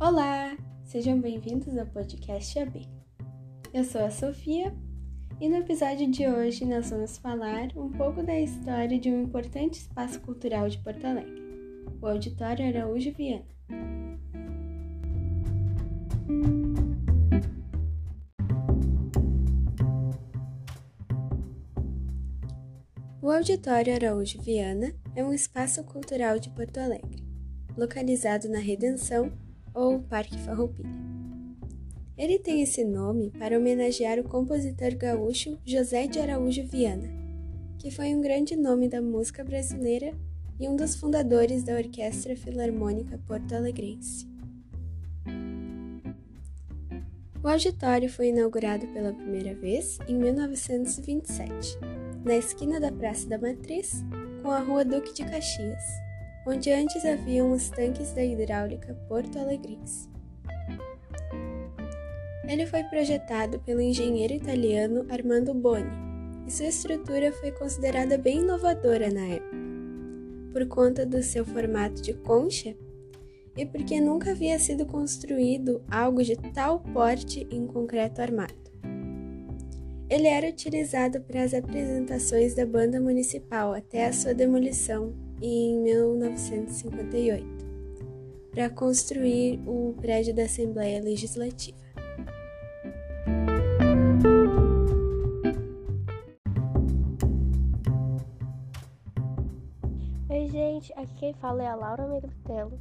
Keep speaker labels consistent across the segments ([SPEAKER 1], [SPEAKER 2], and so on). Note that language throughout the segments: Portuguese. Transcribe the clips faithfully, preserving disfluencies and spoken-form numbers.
[SPEAKER 1] Olá, sejam bem-vindos ao podcast A B. Eu sou a Sofia e no episódio de hoje nós vamos falar um pouco da história de um importante espaço cultural de Porto Alegre, o Auditório Araújo Viana. O Auditório Araújo Viana é um espaço cultural de Porto Alegre, localizado na Redenção ou Parque Farroupilha. Ele tem esse nome para homenagear o compositor gaúcho José de Araújo Viana, que foi um grande nome da música brasileira e um dos fundadores da Orquestra Filarmônica Porto-Alegrense. O auditório foi inaugurado pela primeira vez em mil novecentos e vinte e sete, na esquina da Praça da Matriz, com a Rua Duque de Caxias, onde antes haviam os tanques da hidráulica porto-alegrense. Ele foi projetado pelo engenheiro italiano Armando Boni, e sua estrutura foi considerada bem inovadora na época, por conta do seu formato de concha e porque nunca havia sido construído algo de tal porte em concreto armado. Ele era utilizado para as apresentações da banda municipal até a sua demolição em mil novecentos e cinquenta e oito, para construir o prédio da Assembleia Legislativa.
[SPEAKER 2] Oi gente, aqui quem fala é a Laura Megrutelo.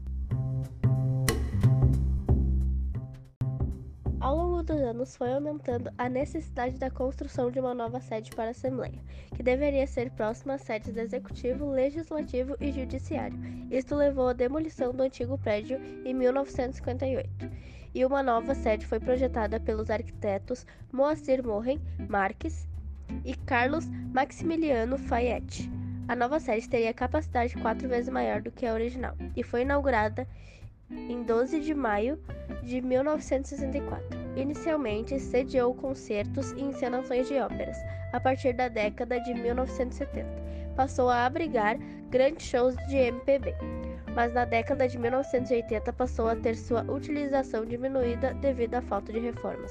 [SPEAKER 2] Ao longo dos anos foi aumentando a necessidade da construção de uma nova sede para a Assembleia, que deveria ser próxima às sedes do Executivo, Legislativo e Judiciário. Isto levou à demolição do antigo prédio em mil novecentos e cinquenta e oito, e uma nova sede foi projetada pelos arquitetos Moacir Morren Marques e Carlos Maximiliano Fayette. A nova sede teria capacidade quatro vezes maior do que a original e foi inaugurada em doze de maio de mil novecentos e sessenta e quatro. Inicialmente, sediou concertos e encenações de óperas. A partir da década de mil novecentos e setenta, passou a abrigar grandes shows de M P B, mas na década de mil novecentos e oitenta passou a ter sua utilização diminuída devido à falta de reformas.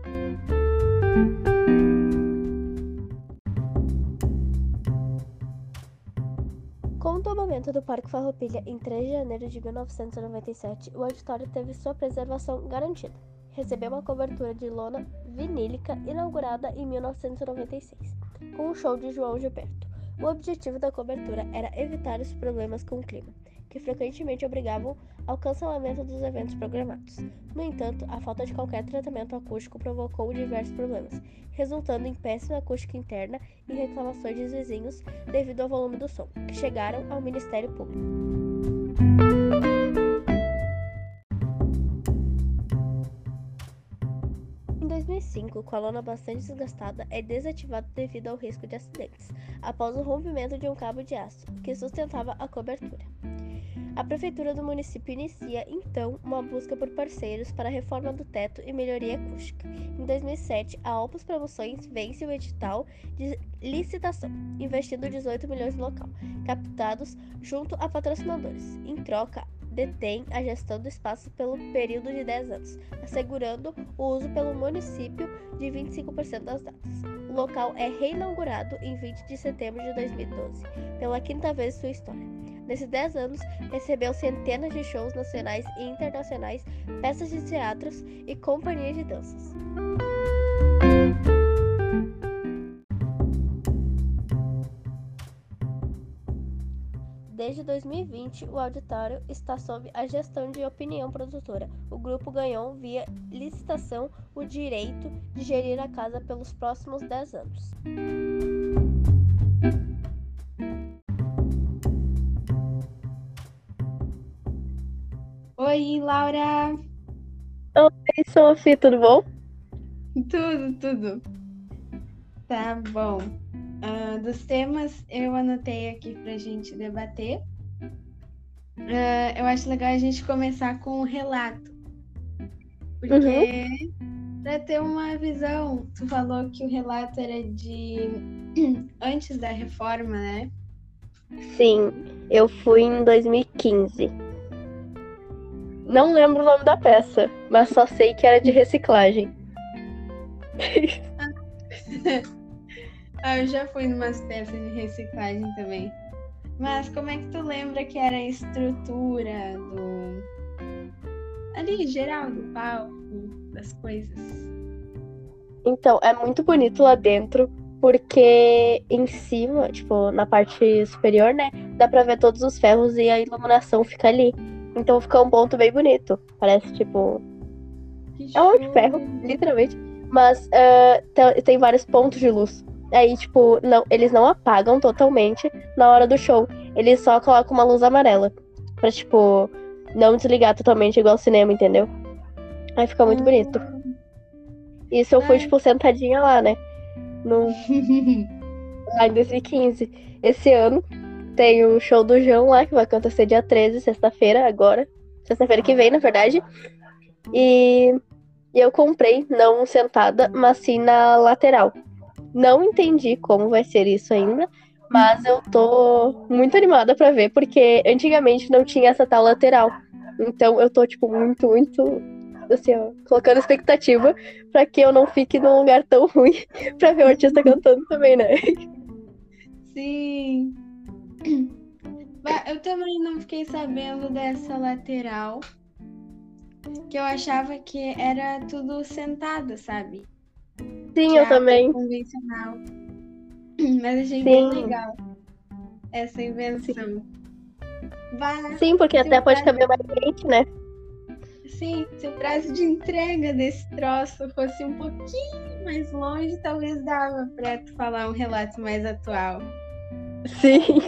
[SPEAKER 2] Com o tombamento do Parque Farroupilha em três de janeiro de mil novecentos e noventa e sete, o auditório teve sua preservação garantida. Recebeu uma cobertura de lona vinílica inaugurada em mil novecentos e noventa e seis, com um show de João Gilberto. O objetivo da cobertura era evitar os problemas com o clima, que frequentemente obrigavam ao cancelamento dos eventos programados. No entanto, a falta de qualquer tratamento acústico provocou diversos problemas, resultando em péssima acústica interna e reclamações dos vizinhos devido ao volume do som, que chegaram ao Ministério Público. Em dois mil e cinco, com a lona bastante desgastada, é desativado devido ao risco de acidentes, após o rompimento de um cabo de aço que sustentava a cobertura. A Prefeitura do município inicia, então, uma busca por parceiros para a reforma do teto e melhoria acústica. Em dois mil e sete, a Opus Promoções vence o edital de licitação, investindo dezoito milhões no local, captados junto a patrocinadores. Em troca, detém a gestão do espaço pelo período de dez anos, assegurando o uso pelo município de vinte e cinco por cento das datas. O local é reinaugurado em vinte de setembro de dois mil e doze, pela quinta vez em sua história. Nesses dez anos, recebeu centenas de shows nacionais e internacionais, peças de teatros e companhias de danças. Desde dois mil e vinte, o auditório está sob a gestão de Opinião Produtora. O grupo ganhou, via licitação, o direito de gerir a casa pelos próximos dez anos.
[SPEAKER 1] Oi, Laura!
[SPEAKER 2] Oi, Sofia, tudo bom?
[SPEAKER 1] Tudo, tudo. Tá bom. Uh, dos temas eu anotei aqui pra gente debater. Uh, eu acho legal a gente começar com o relato. Porque uhum. Para ter uma visão, tu falou que o relato era de antes da reforma, né?
[SPEAKER 2] Sim, eu fui em dois mil e quinze. Não lembro o nome da peça, mas só sei que era de reciclagem.
[SPEAKER 1] Ah, eu já fui numas peças de reciclagem também. Mas como é que tu lembra que era a estrutura do... ali, geral, do palco, das coisas?
[SPEAKER 2] Então, é muito bonito lá dentro, porque em cima, tipo, na parte superior, né, dá pra ver todos os ferros e a iluminação fica ali. Então fica um ponto bem bonito. Parece, tipo,
[SPEAKER 1] Que
[SPEAKER 2] é um de
[SPEAKER 1] show!
[SPEAKER 2] ferro, literalmente. Mas uh, tem, tem vários pontos de luz. Aí, tipo, não, eles não apagam totalmente na hora do show. Eles só colocam uma luz amarela. Pra, tipo, não desligar totalmente igual ao cinema, entendeu? Aí fica muito bonito. Isso eu fui,
[SPEAKER 1] Ai.
[SPEAKER 2] tipo, sentadinha lá, né? No... lá em dois mil e quinze. Esse ano tem o show do João lá, que vai acontecer dia treze, sexta-feira, agora. Sexta-feira que vem, na verdade. E... e eu comprei, não sentada, mas sim na lateral. Não entendi como vai ser isso ainda, mas eu tô muito animada pra ver, porque antigamente não tinha essa tal lateral. Então eu tô, tipo, muito, muito, assim, ó, colocando expectativa pra que eu não fique num lugar tão ruim pra ver o artista cantando também, né?
[SPEAKER 1] Sim. Eu também não fiquei sabendo dessa lateral, que eu achava que era tudo sentado, sabe?
[SPEAKER 2] Sim, eu
[SPEAKER 1] Teatro
[SPEAKER 2] também.
[SPEAKER 1] convencional. Mas achei
[SPEAKER 2] Sim.
[SPEAKER 1] bem legal essa invenção.
[SPEAKER 2] Sim,
[SPEAKER 1] Bah,
[SPEAKER 2] Sim porque
[SPEAKER 1] se
[SPEAKER 2] até
[SPEAKER 1] o
[SPEAKER 2] pode
[SPEAKER 1] prazo...
[SPEAKER 2] caber mais gente, né?
[SPEAKER 1] Sim, se o prazo de entrega desse troço fosse um pouquinho mais longe, talvez dava pra tu falar um relato mais atual.
[SPEAKER 2] Sim.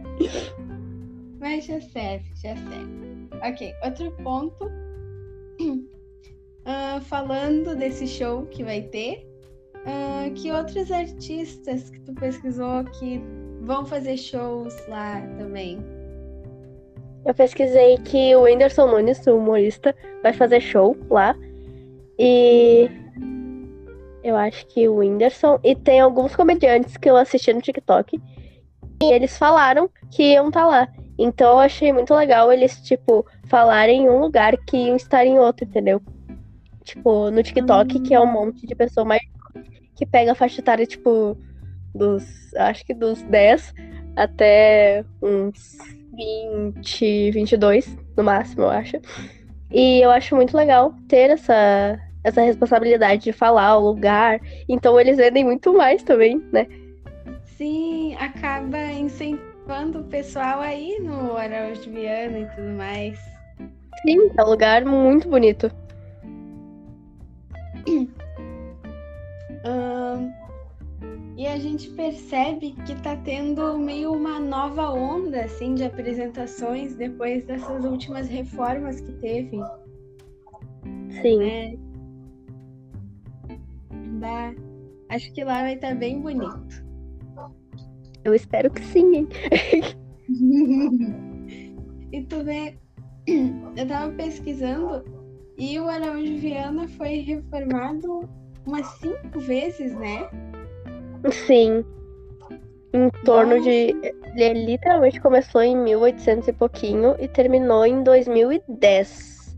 [SPEAKER 1] Mas já serve, já serve. Ok, outro ponto. Uh, falando desse show que vai ter, uh, que outros artistas que tu pesquisou que vão fazer shows lá também?
[SPEAKER 2] Eu pesquisei que o Whindersson Nunes, o humorista, vai fazer show lá. E eu acho que o Whindersson. E tem alguns comediantes que eu assisti no TikTok. E eles falaram que iam estar lá. Então eu achei muito legal eles, tipo, falarem em um lugar que iam estar em outro, entendeu? Tipo, no TikTok,
[SPEAKER 1] Hum.
[SPEAKER 2] que é um monte de pessoa mais que pega a faixa etária, tipo, dos. Acho que dos dez até uns vinte, vinte e dois, no máximo, eu acho. E eu acho muito legal ter essa, essa responsabilidade de falar o lugar. Então eles vendem muito mais também, né?
[SPEAKER 1] Sim, acaba incentivando o pessoal aí no Araújo Viana e tudo mais.
[SPEAKER 2] Sim, é um lugar muito bonito.
[SPEAKER 1] Hum, e a gente percebe que tá tendo meio uma nova onda assim de apresentações depois dessas últimas reformas que teve.
[SPEAKER 2] Sim.
[SPEAKER 1] Né? Dá. Acho que lá vai estar bem bonito.
[SPEAKER 2] Eu espero que sim, hein?
[SPEAKER 1] E tu vê, eu tava pesquisando e o Araújo Viana foi reformado umas cinco vezes, né?
[SPEAKER 2] Sim. Em torno
[SPEAKER 1] Nossa.
[SPEAKER 2] de. Ele literalmente começou em mil e oitocentos e pouquinho e terminou em dois mil e dez.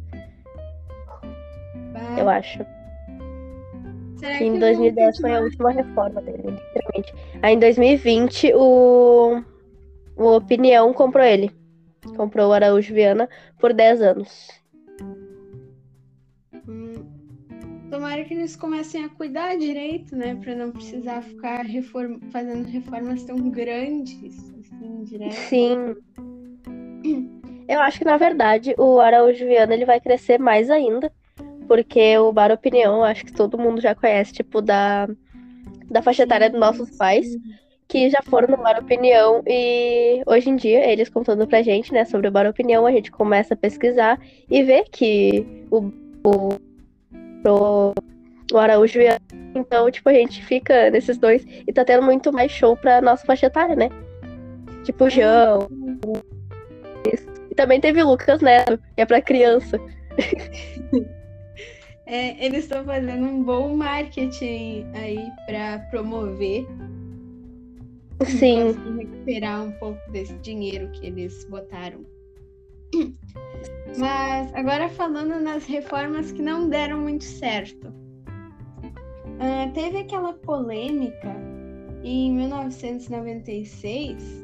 [SPEAKER 1] Bah.
[SPEAKER 2] Eu acho.
[SPEAKER 1] Será
[SPEAKER 2] Que em
[SPEAKER 1] que
[SPEAKER 2] dois mil e dez
[SPEAKER 1] continuar?
[SPEAKER 2] foi a última reforma dele, literalmente. Aí em dois mil e vinte o, o Opinião comprou ele. Comprou o Araújo Viana por dez anos.
[SPEAKER 1] Hum. Tomara que eles comecem a cuidar direito, né? Pra não precisar ficar reform... fazendo reformas tão grandes, assim, direto.
[SPEAKER 2] Sim. Eu acho que, na verdade, o Araújo Viana ele vai crescer mais ainda. Porque o Bar Opinião, eu acho que todo mundo já conhece, tipo, da, da faixa etária dos nossos pais, que já foram no Bar Opinião. E hoje em dia, eles contando pra gente, né, sobre o Bar Opinião, a gente começa a pesquisar e ver que o, o, o, o Araújo Viana. Então, tipo, a gente fica nesses dois e tá tendo muito mais show pra nossa faixa etária, né? Tipo, o João. E também teve o Lucas Neto, que é pra criança.
[SPEAKER 1] É, eles estão fazendo um bom marketing aí para promover.
[SPEAKER 2] Sim.
[SPEAKER 1] Conseguir recuperar um pouco desse dinheiro que eles botaram. Mas agora falando nas reformas que não deram muito certo. Uh, teve aquela polêmica em mil novecentos e noventa e seis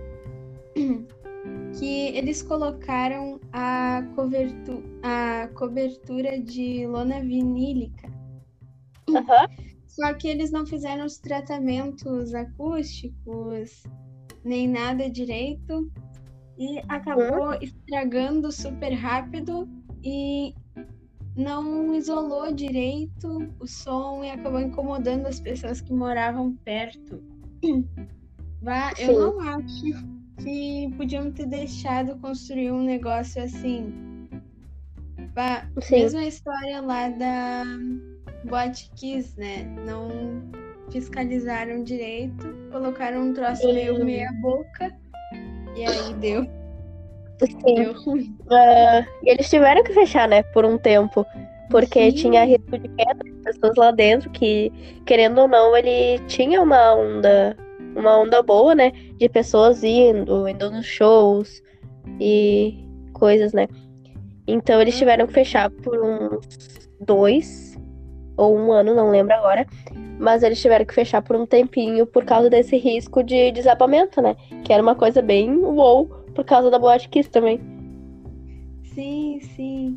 [SPEAKER 1] que eles colocaram a, cobertu- a cobertura de lona vinílica.
[SPEAKER 2] Aham.
[SPEAKER 1] Só que eles não fizeram os tratamentos acústicos, nem nada direito, e acabou estragando super rápido e não isolou direito o som e acabou incomodando as pessoas que moravam perto. Bah, eu
[SPEAKER 2] Sim.
[SPEAKER 1] não acho que podiam ter deixado construir um negócio assim. Bah,
[SPEAKER 2] Sim.
[SPEAKER 1] mesma história lá da Boate Kiss, né? Não fiscalizaram direito, colocaram um troço
[SPEAKER 2] Sim.
[SPEAKER 1] meio meia boca e aí deu.
[SPEAKER 2] Sim.
[SPEAKER 1] Deu ruim.
[SPEAKER 2] Uh, e eles tiveram que fechar, né, por um tempo, porque
[SPEAKER 1] Sim.
[SPEAKER 2] tinha risco de queda de pessoas lá dentro que, querendo ou não, ele tinha uma onda, uma onda boa, né, de pessoas indo, indo nos shows e coisas, né. Então eles tiveram que fechar por uns dois ou um ano, não lembro agora, mas eles tiveram que fechar por um tempinho por causa desse risco de desabamento, né, que era uma coisa bem wow por causa da Boate Kiss também.
[SPEAKER 1] Sim, sim.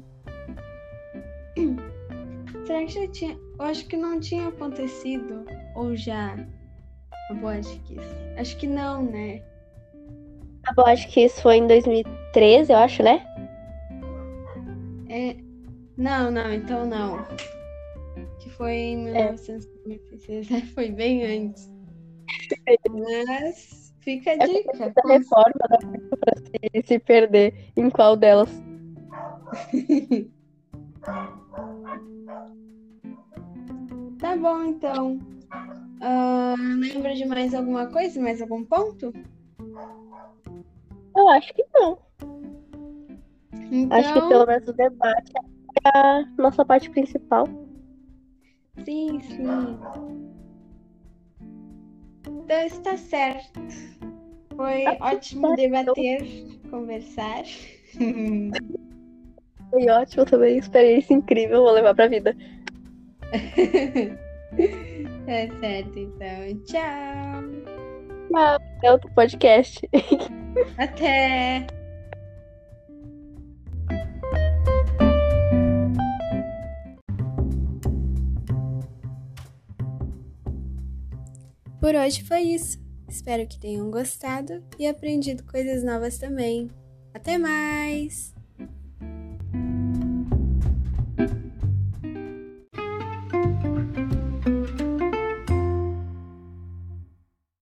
[SPEAKER 1] Será que já tinha? Eu acho que não tinha acontecido. Ou já? A Boate Kiss. Acho que não, né?
[SPEAKER 2] A Boate Kiss foi em dois mil e treze, eu acho, né?
[SPEAKER 1] É. Não, não, então não. Que foi em mil novecentos e noventa e seis, né? Foi bem antes. Mas fica a dica.
[SPEAKER 2] A reforma da pra se, se perder em qual delas.
[SPEAKER 1] Tá bom, então. Uh, lembra de mais alguma coisa? Mais algum ponto?
[SPEAKER 2] Eu acho que não.
[SPEAKER 1] Então,
[SPEAKER 2] acho que pelo menos o debate é a nossa parte principal.
[SPEAKER 1] Sim, sim. Então está certo. Foi
[SPEAKER 2] Ah,
[SPEAKER 1] ótimo
[SPEAKER 2] tá.
[SPEAKER 1] debater, conversar.
[SPEAKER 2] Foi ótimo também, experiência incrível, vou levar pra vida.
[SPEAKER 1] Tá certo, então. Tchau.
[SPEAKER 2] Tchau. Até outro podcast.
[SPEAKER 1] Até. Por hoje foi isso. Espero que tenham gostado e aprendido coisas novas também. Até mais!